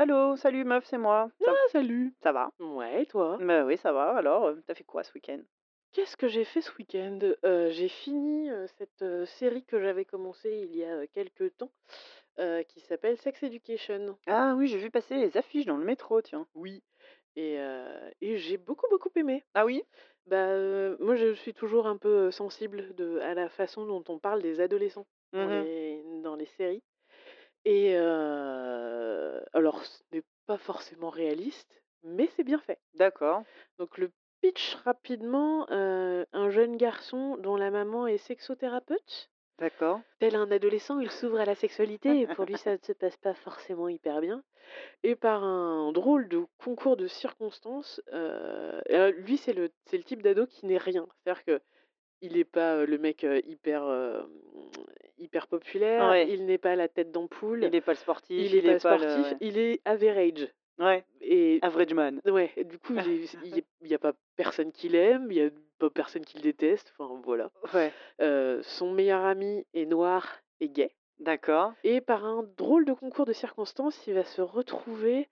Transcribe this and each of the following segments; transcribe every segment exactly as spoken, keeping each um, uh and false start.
Allô, salut meuf, c'est moi. Ça v Ah salut! ça va? Ouais et toi? Bah oui, ça va. Alors, heu, tu as fait quoi ce week-end? Qu'est-ce que j'ai fait ce week-end? Heu, j'ai fini, heu, cette, heu, série que j'avais commencée il y a, heu, quelque temps, heu, qui s'appelle Sex Education. Ah oui, j'ai vu passer les affiches dans le métro, tiens. Oui et heu et j'ai beaucoup, beaucoup aimé. Ah oui? Bah, heu, moi je suis toujours un peu, heu, sensible de à la façon dont on parle des adolescents dans Mmh mh. les dans les séries et heu, alors ce n'est pas forcément réaliste, mais c'est bien fait. D'accord. Donc le pitch rapidement, heu, un jeune garçon dont la maman est sexothérapeute. D'accord. Tel un adolescent, il s'ouvre à la sexualité et pour lui ça ne se passe pas forcément hyper bien et par un drôle de concours de circonstances, heu, heu, lui c'est le c'est le type d'ado qui n'est rien. C'est-à-dire qu'il est pas, heu, le mec, heu, hyper, hem, hyper populaire, Ouais. il n'est pas la tête d'ampoule, Il est pas le il sportif, est il est pas pas le sportif, ouais. il est average Ouais, et average man. ouais et du coup il est il y a il y a pas personne qui l'aime, il y a pas personne qui le déteste, enfin voilà. Ouais. Heu, son meilleur ami est noir et gay D'accord. et par un drôle de concours de circonstances, il va se retrouver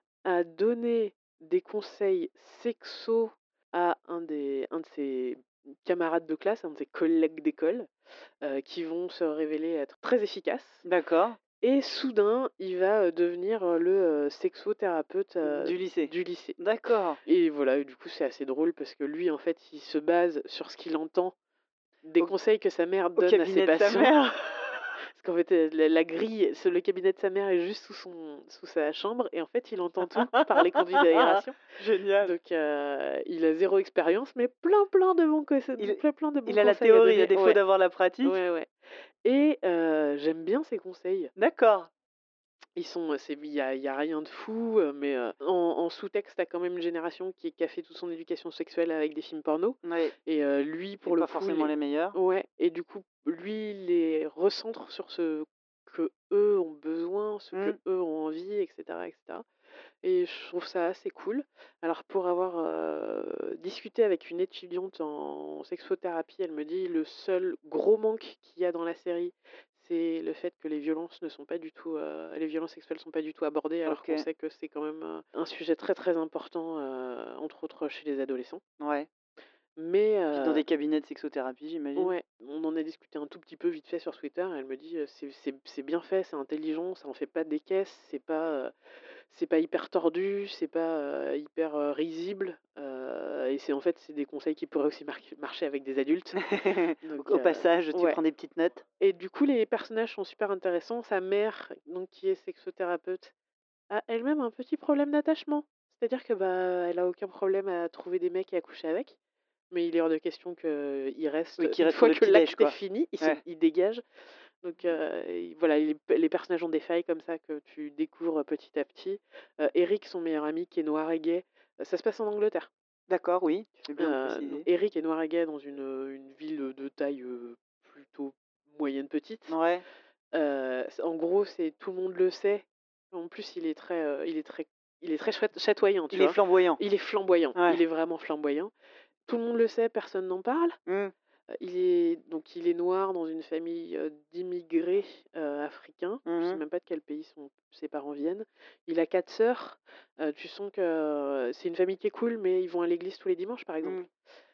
à donner des conseils sexos à un des un de ses camarades de classe, un de ses collègues d'école, heu, qui vont se révéler être très efficaces D'accord. et soudain, il va, heu, devenir, heu, le, heu, sexothérapeute, heu, Du lycée? du lycée D'accord. et voilà et du coup, c'est assez drôle parce que lui, en fait, il se base sur ce qu'il entend des Au conseils que sa mère au donne à ses cabinet de sa patients. mère? Parce qu'en fait, heu, la la grille c'est le cabinet de sa mère est juste sous son sous sa chambre et en fait, il entend tout par les conduits d'aération. Génial. Donc heu, il a zéro expérience, mais plein, plein de bons conse Il plein, plein de bons il a la conseils à théorie à donner. défaut Ouais, d'avoir la pratique? ouais, ouais et heu, j'aime bien ses conseils. D'accord. Ils sont, heu, c'est il y a il y a rien de fou, heu, mais heu, en en sous-texte, tu as quand même une génération qui qui a fait toute son éducation sexuelle avec des films porno Oui et heu, lui, et pour le pas coup, forcément les les meilleurs. ouais et du coup, lui, il les recentre sur ce qu'eux ont besoin, ce Mmh. qu'eux ont envie et cetera et cetera et je trouve ça assez cool. Alors pour avoir, heu, discuté avec une étudiante en sexothérapie, elle me dit: «Le seul gros manque qu'il y a dans la série, c'est le fait que les violences ne sont pas du tout, heu, les violences sexuelles sont pas du tout abordées», alors qu'on OK. sait que c'est quand même, heu, un sujet très, très important, heu, entre autres chez les adolescents. Ouais. Mais Puis dans heu des cabinets de sexothérapie, j'imagine? ouais, on en a discuté un tout petit peu vite fait sur Twitter. Elle me dit, heu: «C'est c'est c'est bien fait, c'est intelligent, ça en fait pas des caisses, c'est pas, heu, c'est pas hyper tordu, c'est pas, heu, hyper, heu, risible, heu et c'est en fait, c'est des conseils qui pourraient aussi marq marcher avec des adultes». Au Donc au heu, passage, tu ouais prends des petites notes? et du coup, les personnages sont super intéressants. Sa mère, donc qui est sexothérapeute, a elle-même un petit problème d'attachement. C'est-à-dire que, bah, elle a aucun problème à trouver des mecs et à coucher avec, mais il est hors de question qu'il reste Oui, qui une reste pour fois le que petit déj, l'acte est quoi. fini, il se Ouais. il dégage. Donc heu, et voilà, les les personnages ont des failles comme ça que tu découvres petit à petit. Heu, Eric, son meilleur ami qui est noir et gay, heu, ça se passe en Angleterre. D'accord, oui, tu fais bien de Heu, donc préciser. Eric est noir et gay dans une, heu, une ville, de taille, heu, plutôt moyenne petite. Ouais. Heu, c en gros, c'est tout le monde le sait. En plus, il est très, heu, il est très il est très chouette chatoyant, tu Il est vois? flamboyant. Il est flamboyant, il Ouais. est vraiment flamboyant. Tout le monde le sait, personne n'en parle. Mmh. Heu, il est donc il est noir dans une famille, heu, d'immigrés, heu, africains. Je Mmh sais mh. même pas de quel pays son ses parents viennent. Il a quatre sœurs. Heu, tu sens que c'est une famille qui est cool, mais ils vont à l'église tous les dimanches, par Mmh. exemple.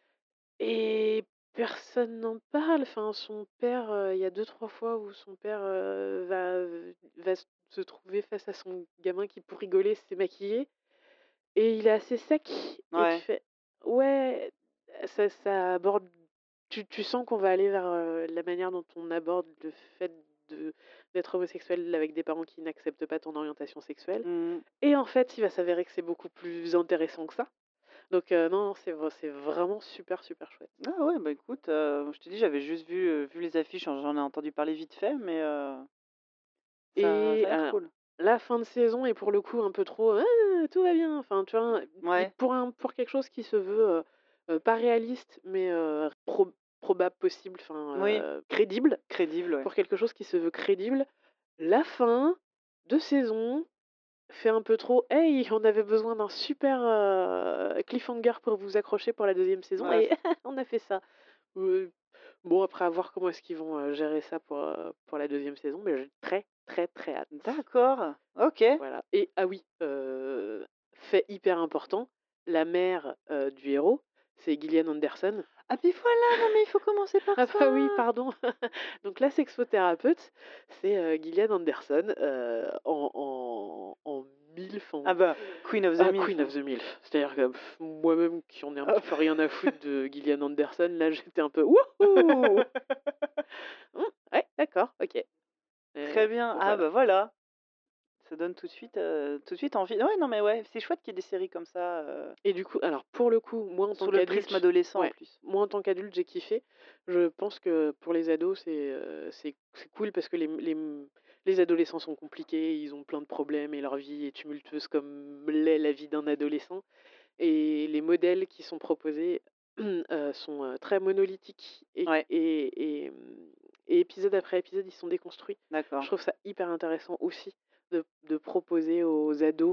Et personne n'en parle. Enfin, son père, heu, il y a deux trois fois où son père, heu, va, va s se trouver face à son gamin qui, pour rigoler, s'est maquillé et il est assez sec et tu Ouais. fais: «Ouais, ça ça aborde». Tu tu sens qu'on va aller vers, heu, la manière dont on aborde le fait de d'être homosexuel avec des parents qui n'acceptent pas ton orientation sexuelle Mmh mh. et en fait, il va s'avérer que c'est beaucoup plus intéressant que ça. Donc heu, non, non, c'est v c'est vraiment super, super chouette. Ah ouais, bah, écoute, heu, je te dis, j'avais juste vu, heu, vu les affiches, j'en j'en ai entendu parler vite fait, mais heu, ça ça Et a l'air alors, cool. la fin de saison est pour le coup un peu trop: «Ah, tout va bien», enfin, tu vois? Et Ouais. pour un pour quelque chose qui se veut, heu heu, pas réaliste, mais heu, prob probable, possible, enfin, Oui, heu, crédible, crédible, ouais. pour quelque chose qui se veut crédible, la fin de saison fait un peu trop: «Hey, on avait besoin d'un super, heu, cliffhanger pour vous accrocher pour la deuxième saison Ouais, et on a fait ça». Heu, bon après à voir comment est-ce qu'ils vont, heu, gérer ça pour, heu, pour la deuxième saison, mais j'ai très, très, très hâte. D'accord, OK. Voilà et ah oui, heu, fait hyper important, la mère, heu, du héros, c'est Gillian Anderson. Ah puis voilà, non mais il faut commencer par Ah ça! bah oui, pardon. Donc la sexothérapeute, c'est, heu, Gillian Anderson, heu, en en en MILF, Ah en bah, Queen of the ah Milf, Queen of hein. the MILF. C'est-à-dire que pff, moi-même qui en ai un petit Hop. peu rien à foutre de Gillian Anderson, là j'étais un peu: «Wouhou! Mmh, ouais, d'accord, OK». Très Et bien. donc Ah voilà. bah voilà, ça donne tout de suite, heu, tout de suite envie. Ouais, non mais ouais, c'est chouette qu'il y ait des séries comme ça, heu, Et du coup alors pour le coup, moi en tant sous le prisme qu'adulte adolescent en ouais, plus. moi en tant qu'adulte, j'ai kiffé. Je pense que pour les ados, c'est, heu, c'est c'est cool parce que les les les adolescents sont compliqués, ils ont plein de problèmes et leur vie est tumultueuse comme l'est la vie d'un adolescent et les modèles qui sont proposés, heu, sont, heu, très monolithiques et Ouais, et et mmh et épisode après épisode, ils sont déconstruits. Je d'accord. trouve ça hyper intéressant aussi de de proposer aux ados,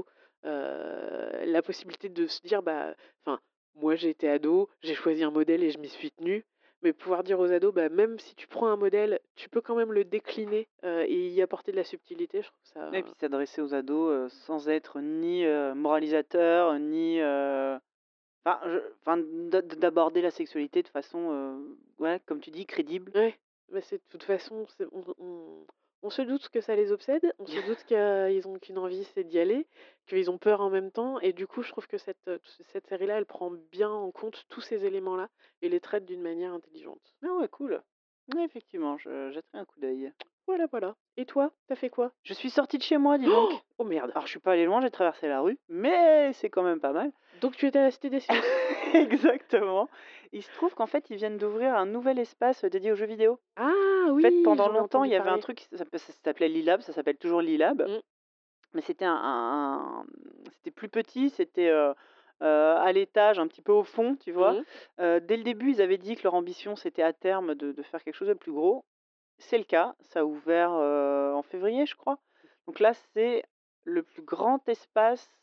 heu, la possibilité de se dire: «Bah, enfin, moi j'ai été ado, j'ai choisi un modèle et je m'y suis tenue». Mais pouvoir dire aux ados: «Bah, même si tu prends un modèle, tu peux quand même le décliner, heu, et y apporter de la subtilité», je trouve Et ça puis s'adresser aux ados, heu, sans être ni, heu, moralisateur, ni, heu, enfin je enfin d'a d'aborder la sexualité de façon, heu, ouais, comme tu dis, crédible. ouais, bah, c'est de toute façon, c'est on on on se doute que ça les obsède, on se doute qu'ils ont qu'une envie, c'est d'y aller, qu'ils ont peur en même temps et du coup, je trouve que cette, heu, cette série-là, elle prend bien en compte tous ces éléments-là et les traite d'une manière intelligente. Ah ouais, cool. Ouais, effectivement, je jetterai un coup d'œil. Voilà, voilà. Et toi, t'as fait quoi? Je suis sortie de chez moi, dis donc. Oh merde! Alors je suis pas allée loin, j'ai traversé la rue, mais c'est quand même pas mal. Donc tu étais à la Cité des Sciences? Exactement. Il se trouve qu'en fait, ils viennent d'ouvrir un nouvel espace, dédié aux jeux vidéo. Ah En fait, oui, pendant j'en ai longtemps, il entendu y avait un parler. truc qui s'appelait ça s'appelait l'e-lab, ça s'appelle toujours l'e-lab, Mmh, mais c'était un un un c'était plus petit, c'était, heu heu, à l'étage, un petit peu au fond, tu vois? mmh. Heu, dès le début, ils avaient dit que leur ambition, c'était à terme de de faire quelque chose de plus gros. C'est le cas, ça a ouvert, heu, en février, je crois. Donc là, c'est le plus grand espace,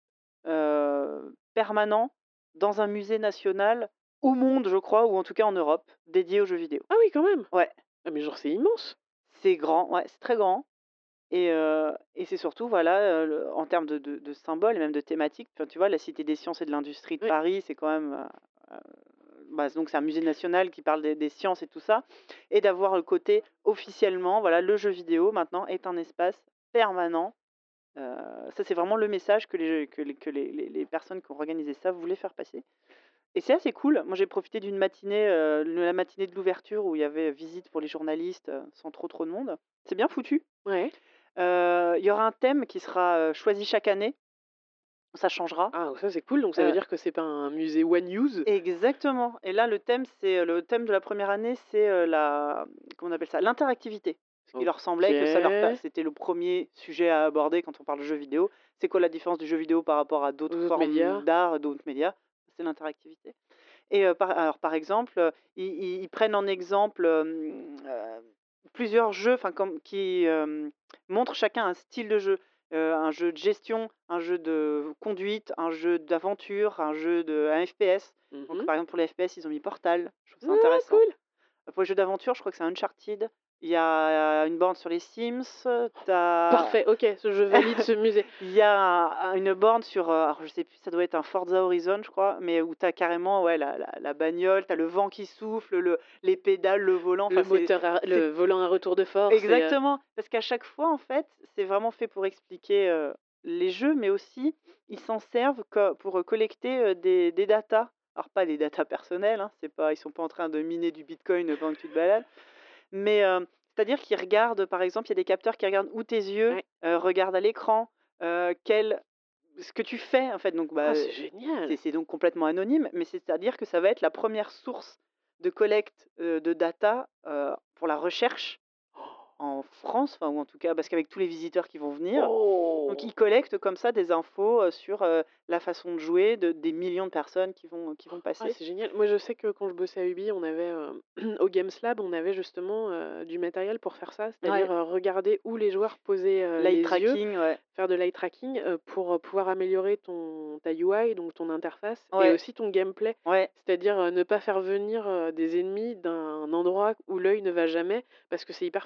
heu, permanent dans un musée national au monde, je crois, ou en tout cas en Europe, dédié aux jeux vidéo. Ah oui, quand même! Ouais, Ah mais genre c'est immense! c'est grand, ouais, c'est très grand et heu et c'est surtout, voilà, heu, le en termes de de de symboles et même de thématiques, enfin, tu vois, la Cité des sciences et de l'industrie de Oui. Paris, c'est quand même, heu heu, bah, donc c'est un musée national qui parle des des sciences et tout ça et d'avoir le côté officiellement, voilà, le jeu vidéo maintenant est un espace permanent. Heu, ça, c'est vraiment le message que les que les que les les les personnes qui ont organisé ça voulaient faire passer et c'est assez cool. Moi, j'ai profité d'une matinée, heu, le la matinée de l'ouverture où il y avait visite pour les journalistes, heu, sans trop, trop de monde. C'est bien foutu. Ouais. Heu, il y aura un thème qui sera, heu, choisi chaque année. Ça changera. Ah ça c'est cool, donc ça veut Heu dire que c'est pas un musée one use? exactement et là, le thème, c'est, heu, le thème de la première année, c'est, heu, la comment on appelle ça? L'interactivité. Parce qu'il leur semblait que ça leur pa OK. c'était le premier sujet à aborder quand on parle de jeux vidéo. C'est quoi la différence du jeu vidéo par rapport à Aux d'autres autres formes médias? d'art, d'autres médias? C'est l'interactivité et heu, par alors, par exemple, heu, ils ils ils prennent en exemple, hem, heu, plusieurs jeux, enfin, comme qui, hem, montrent chacun un style de jeu. Heu, un jeu de gestion, un jeu de conduite, un jeu d'aventure, un jeu de un F P S. Donc, Mmh. par exemple, pour les F P S, ils ont mis Portal, je trouve ça Ah intéressant. cool! Pour les jeux d'aventure, je crois que c'est Uncharted. Il y a une borne sur les Sims, tu as Parfait, OK, ce je valide ce musée. il y a un une borne sur, heu, alors je sais plus, ça doit être un Forza Horizon, je crois, mais où tu as carrément, ouais, la la la bagnole, tu as le vent qui souffle, le les pédales, le volant, enfin Le c'est moteur à c'est le volant à retour de force et heu exactement, parce qu'à chaque fois, en fait, c'est vraiment fait pour expliquer, heu, les jeux, mais aussi ils s'en servent co pour, heu, collecter, heu, des des datas. Alors pas des datas personnelles, hein, c'est pas ils sont pas en train de miner du bitcoin, pendant que tu te balades, mais, hem, c'est-à-dire qu'ils regardent, par exemple, il y a des capteurs qui regardent où tes yeux, ouais. heu, regardent à l'écran, heu, quel ce que tu fais, en fait, donc bah, Ah heu, c'est c'est génial! c'est donc complètement anonyme, mais c'est-à-dire que ça va être la première source de collecte, heu, de data, heu, pour la recherche en France, enfin, ou en tout cas parce qu'avec tous les visiteurs qui vont venir, donc ils Oh! collectent comme ça des infos, heu, sur, heu, la façon de jouer de des millions de personnes qui vont qui vont Ah passer. c'est génial. Moi je sais que quand je bossais à Ubi, on avait, heu, au Games Lab, on avait justement, heu, du matériel pour faire ça, Ouais, c'est-à-dire, heu, regarder où les joueurs posaient, heu, l'eye les yeux, tracking, ouais. faire de l'eye tracking, heu, pour, heu, pouvoir améliorer ton ta U I, donc ton interface et Ouais, aussi ton gameplay. ouais, C'est-à-dire, heu, ne pas faire venir, heu, des ennemis d'un endroit où l'œil ne va jamais, parce que c'est hyper frustrant pour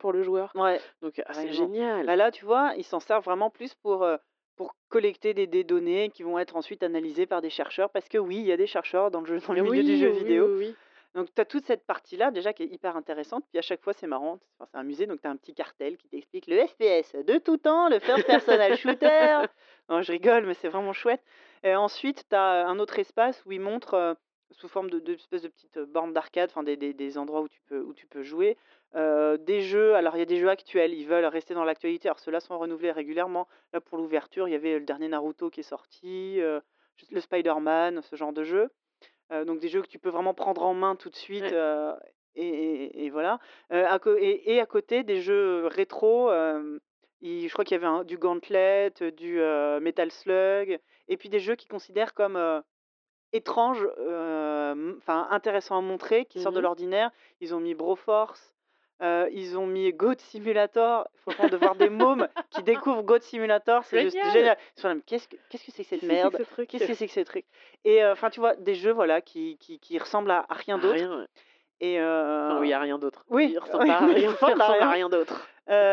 pour le joueur. Ouais, Donc ah, c'est carrément. génial. Bah, là, tu vois, ils s'en servent vraiment plus pour, heu, pour collecter des des données qui vont être ensuite analysées par des chercheurs parce que oui, il y a des chercheurs dans le jeu dans le Ah milieu du oui, jeu oui, vidéo. oui, oui. Donc tu as toute cette partie-là déjà qui est hyper intéressante, puis à chaque fois c'est marrant, enfin, c'est un musée donc tu as un petit cartel qui t'explique le F P S de tout temps, le first personal shooter. Non, je rigole, mais c'est vraiment chouette. Et ensuite tu as un autre espace où ils montrent, heu, sous forme de d'espèces de petites, bornes d'arcade, enfin des des des endroits où tu peux où tu peux jouer, heu, des jeux. Alors il y a des jeux actuels, ils veulent rester dans l'actualité, alors ceux-là sont renouvelés régulièrement. Là pour l'ouverture, il y avait le dernier Naruto qui est sorti, heu, le Spider-Man, ce genre de jeu. Heu, donc des jeux que tu peux vraiment prendre en main tout de suite, Ouais. heu et et et voilà. Heu, à co et et à côté des jeux rétro, hem, il je crois qu'il y avait un du Gauntlet, heu, du, heu, Metal Slug et puis des jeux qu'ils considèrent comme, heu, étranges, hem, enfin intéressants à montrer, qui sortent de Mmh. l'ordinaire. Ils ont mis Broforce, heu, ils ont mis Goat Simulator. Franchement, de voir des mômes qui découvrent Goat Simulator, c'est juste Génial! génial. Ils sont là: «Mais qu'est-ce que qu'est-ce que c'est que cette Qu'est-ce que c'est que merde? ce truc? Qu'est-ce que c'est que ce truc?» Et heu, enfin, tu vois, des jeux, voilà, qui qui qui ressemblent à à rien À d'autre rien, ouais. et Enfin oui, heu à rien d'autre. oui, Il ressemble oui, pas à ils rien, il ressemblent à ressemble à rien. rien d'autre.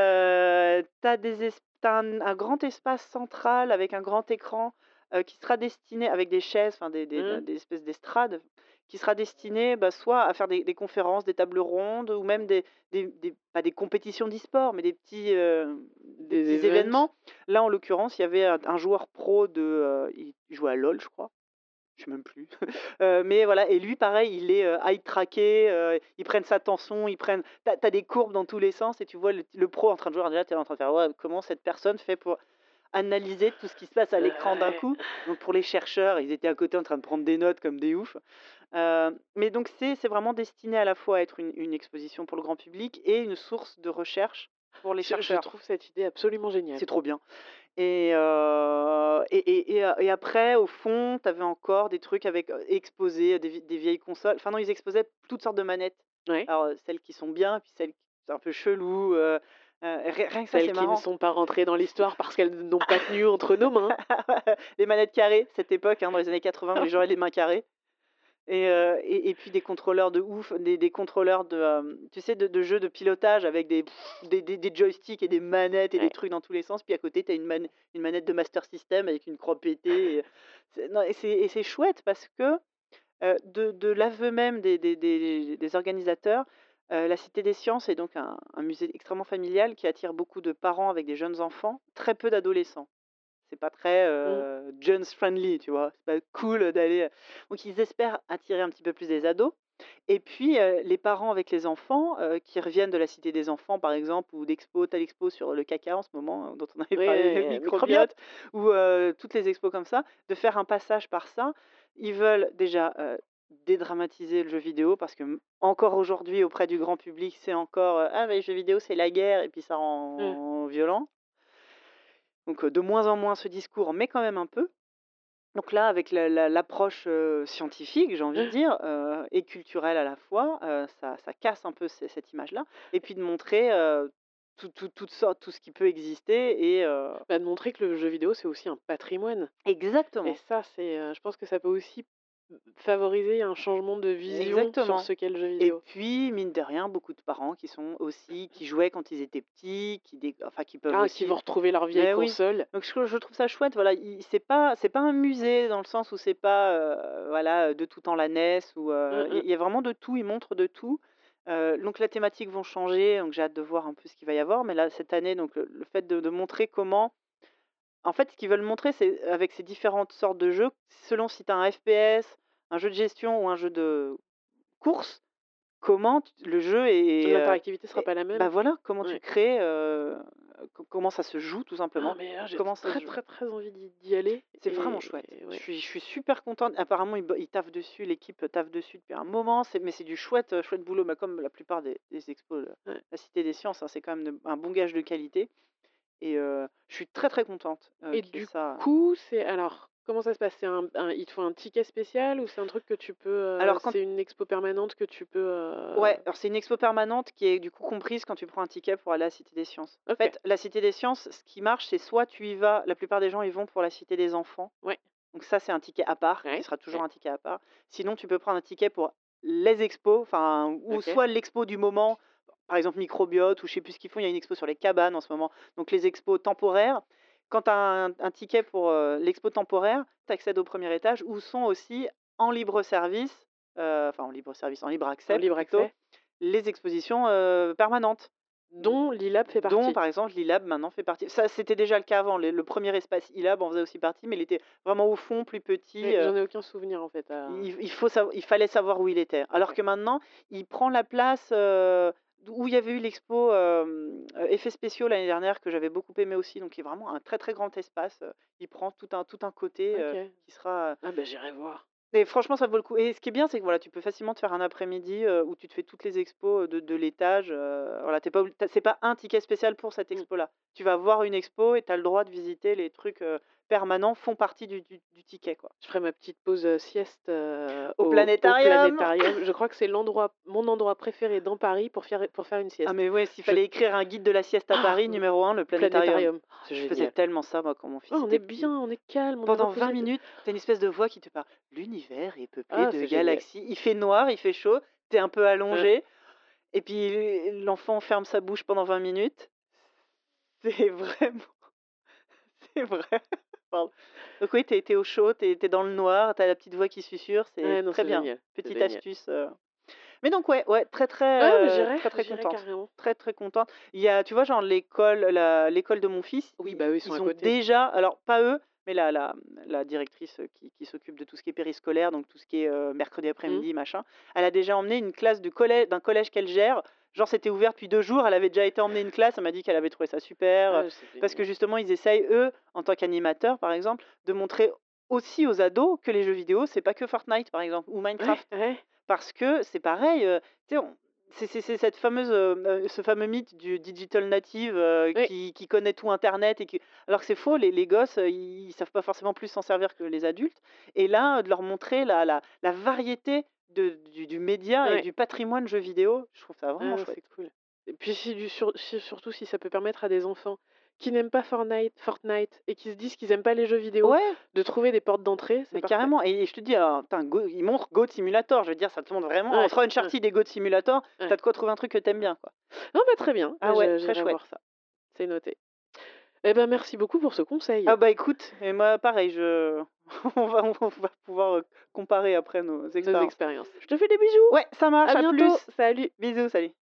Heu, tu des es tu un un grand espace central avec un grand écran, heu, qui sera destiné avec des chaises, enfin des des Mmh. des espèces d'estrades, qui sera destiné, bah, soit à faire des des conférences, des tables rondes ou même des des des pas des compétitions d'e-sport, mais des petits, heu, des Des petits events. événements. Là, en l'occurrence, il y avait un un joueur pro de, heu, il jouait à LOL, je crois. Je sais même plus. Heu, mais voilà et lui pareil, il est, heu, eye tracké, heu, ils prennent sa tension, ils prennent tu as tu as des courbes dans tous les sens et tu vois le le pro en train de jouer, alors déjà tu es en train de faire: «Ouais, comment cette personne fait pour analyser tout ce qui se passe à l'écran d'un Ouais. coup?» Donc pour les chercheurs, ils étaient à côté en train de prendre des notes comme des oufs. Heu, mais donc c'est c'est vraiment destiné à la fois à être une une exposition pour le grand public et une source de recherche pour les Je je chercheurs. trouve cette idée absolument géniale. C'est trop bien. Et heu et et et a et après au fond, tu avais encore des trucs avec, heu, exposés, des vie des vieilles consoles. Enfin non, ils exposaient toutes sortes de manettes. Ouais. Alors, heu, celles qui sont bien, puis celles qui sont un peu cheloues, heu heu, ri rien que ça, Celles c'est qui ne marrant. sont pas rentrées dans l'histoire parce qu'elles n'ont pas tenu entre nos mains. Les manettes carrées, cette époque, hein, dans les années quatre-vingts où les gens avaient les mains carrées. Et heu et et puis des contrôleurs de ouf, des des contrôleurs de, hem, tu sais, de de jeux de pilotage avec des des des des joysticks et des manettes et des Ouais. trucs dans tous les sens. Puis à côté, tu as une mane une manette de Master System avec une croix pétée et c'est non et c'est et c'est chouette parce que, heu, de de l'aveu même des des des des organisateurs, heu, la Cité des Sciences est donc un un musée extrêmement familial qui attire beaucoup de parents avec des jeunes enfants, très peu d'adolescents. C'est pas très, Mmh. heu, Jones friendly, tu vois? C'est pas cool d'aller, donc ils espèrent attirer un petit peu plus des ados et puis, heu, les parents avec les enfants, heu, qui reviennent de la Cité des enfants, par exemple, ou d'expo, telle expo sur le caca en ce moment, hein, dont on avait Oui, parlé, le oui, microbiote. microbiote ou, heu, toutes les expos comme ça, de faire un passage par ça. Ils veulent déjà, heu, dédramatiser le jeu vidéo parce que, mmh, encore aujourd'hui auprès du grand public, c'est encore, heu: «Ah mais les jeux vidéo, c'est la guerre» et puis ça Mmh. rend violent. Donc, heu, de moins en moins ce discours, mais quand même un peu. Donc là, avec la la l'approche, heu, scientifique, j'ai envie de dire, heu, et culturelle à la fois, heu, ça ça casse un peu ces cette image-là et puis de montrer, heu, tout tout toutes sortes tout ce qui peut exister et heu Bah, de montrer que le jeu vidéo, c'est aussi un patrimoine. Et exactement, ça, c'est, heu, je pense que ça peut aussi mmh, favoriser un changement de vision sur exactement ce qu'est le jeu et vidéo. puis, mine de rien, beaucoup de parents qui sont aussi qui jouaient quand ils étaient petits, qui dé enfin, qui peuvent Ah, qui aussi vont retrouver leur vieille mais oui, console. donc je je trouve ça chouette, voilà, il c'est pas c'est pas un musée dans le sens où c'est pas, heu, voilà, de tout temps la N E S ou, Mmh heu, il y a mh. il y a vraiment de tout, ils montrent de tout. Heu, donc la thématique vont changer, donc j'ai hâte de voir un peu ce qu'il va y avoir, mais là, cette année, donc le le fait de de montrer comment en fait, ce qu'ils veulent montrer, c'est avec ces différentes sortes de jeux, selon si tu as un F P S, un jeu de gestion ou un jeu de course, comment t le jeu est est, heu, L'interactivité sera est pas la bah, même. voilà, comment tu Ouais. crées, heu, co comment ça se joue tout Ah simplement, mais là, j'ai comment ça se très, joue. très, très envie d'y d'y aller C'est vraiment chouette. et Je ouais. suis je suis super contente. Apparemment, ils bo ils taffent dessus, l'équipe taffe dessus depuis un moment, c'est mais c'est du chouette, heu, chouette boulot, bah, comme la plupart des des expos, heu, Ouais. la Cité des Sciences, hein, c'est quand même de un bon gage de qualité et heu, je suis très, très contente, heu, Et qu'il y ait du ça. coup, c'est alors, comment ça se passe? C'est un un il te faut un ticket spécial ou c'est un truc que tu peux, heu, Alors quand c'est une expo permanente que tu peux, heu ouais, alors c'est une expo permanente qui est du coup comprise quand tu prends un ticket pour aller à la Cité des Sciences. En OK, fait, la Cité des Sciences, ce qui marche, c'est soit tu y vas la plupart des gens y vont pour la Cité des enfants, ouais, donc ça, c'est un ticket à part, qui ouais, sera toujours ouais, un ticket à part. Sinon, tu peux prendre un ticket pour les expos, enfin ou OK. soit l'expo du moment. par exemple Microbiote ou je sais plus ce qu'ils font, il y a une expo sur les cabanes en ce moment. Donc les expos temporaires, quand tu as un un ticket pour, heu, l'expo temporaire, tu accèdes au premier étage où sont aussi en libre service, heu, enfin en libre service, en libre En accès libre plutôt, accès. les expositions, heu, permanentes. Dont l'ILAB fait Dont partie. par exemple l'ILAB maintenant fait partie. Ça, c'était déjà le cas avant, les le premier espace ILAB en faisait aussi partie, mais il était vraiment au fond, plus petit, Oui, heu j'en ai aucun souvenir en fait à il il faut sav il fallait savoir où il était. Alors OK. que maintenant, il prend la place, heu, d'où il y avait eu l'expo, hem, heu, effets spéciaux l'année dernière que j'avais beaucoup aimé aussi, donc qui est vraiment un très, très grand espace, heu, il prend tout un tout un côté, OK. heu, qui sera, heu Ah bah, j'irai voir. et franchement, ça vaut le coup et ce qui est bien, c'est que voilà, tu peux facilement te faire un après-midi, heu, où tu te fais toutes les expos, heu, de de l'étage, heu, voilà, tu es pas obli tu c'est pas un ticket spécial pour cette Mmh. expo-là. Tu vas voir une expo et tu as le droit de visiter les trucs, heu, permanents, font partie du du du ticket, quoi. Je ferai ma petite pause, heu, sieste, heu, Au au au planétarium! planétarium. Je crois que c'est l'endroit mon endroit préféré dans Paris pour faire pour faire une Ah sieste. mais ouais, s'il Je fallait écrire un guide de la sieste à Ah! Paris, numéro un, le planétarium. Planétarium, c'est Je faisais génial. tellement ça moi quand mon Oh, fils on est était petit. bien, on est calme, on est Pendant vingt reposé. minutes, tu as une espèce de voix qui te parle: «L'univers est peuplé Ah, de c'est génial. galaxies». Il fait noir, il fait chaud, tu es un peu Hein. allongé et puis l'enfant ferme sa bouche pendant vingt minutes. C'est vraiment c'est vrai. Pardon. Donc oui, tu es tu es au chaud, tu es tu es dans le noir, tu as la petite voix qui susurre, c'est Ouais, non, très c'est bien. génial, c'est Petite génial. astuce, heu mais donc ouais, ouais, très, Ouais, mais très, heu, j'irai, très, très j'irai contente. carrément. Très, très contente. Il y a tu vois, genre l'école la l'école de mon fils, Oui, ils bah, eux, ils sont à ils ont côté. déjà alors pas eux, mais la la, mmh, la directrice, heu, qui qui s'occupe de tout ce qui est périscolaire, donc tout ce qui est, heu, mercredi Mmh. après-midi, machin. Elle a déjà emmené une classe de collè d'un collège qu'elle gère. Genre, c'était ouvert depuis deux jours, elle avait déjà été emmener une classe, elle m'a dit qu'elle avait trouvé ça super, heu, Ah, c'est parce que génial. justement, ils essayent, eux, en tant qu'animateurs, par exemple, de montrer aussi aux ados que les jeux vidéo, c'est pas que Fortnite, par exemple, ou Ouais, Minecraft. ouais. Parce que c'est pareil, heu, tu sais, on c'est c'est c'est cette fameuse, hem, heu, ce fameux mythe du digital native, heu, Oui. qui qui connaît tout internet et qui alors que c'est faux, les les gosses, heu, ils ils savent pas forcément plus s'en servir que les adultes et là, de leur montrer la la la variété de du du média et Ouais. du patrimoine jeux vidéo, je trouve ça Ah vraiment non, c'est chouette. cool et puis si du sur si surtout si ça peut permettre à des enfants qui n'aiment pas Fortnite Fortnite et qui se disent qu'ils aiment pas les jeux vidéo, Ouais, de trouver des portes d'entrée, c'est mais parfait. carrément et je te dis, alors, tu Go ils montrent Goat Simulator, je veux dire, ça te montre vraiment Ouais, entre ouais, Uncharted et Goat Simulator, tu ouais. as de quoi trouver un truc que tu aimes bien, quoi. Non, bah, très bien, bah, Ah ouais, je très j'irai chouette. voir ça. C'est noté. Eh ben, merci beaucoup pour ce conseil. Ah bah, écoute et moi pareil, je on va on va pouvoir, heu, comparer après nos Nos expériences. expériences. Je te fais des bisous. Ouais, ça marche, À à bientôt. plus. Salut. Bisous, salut.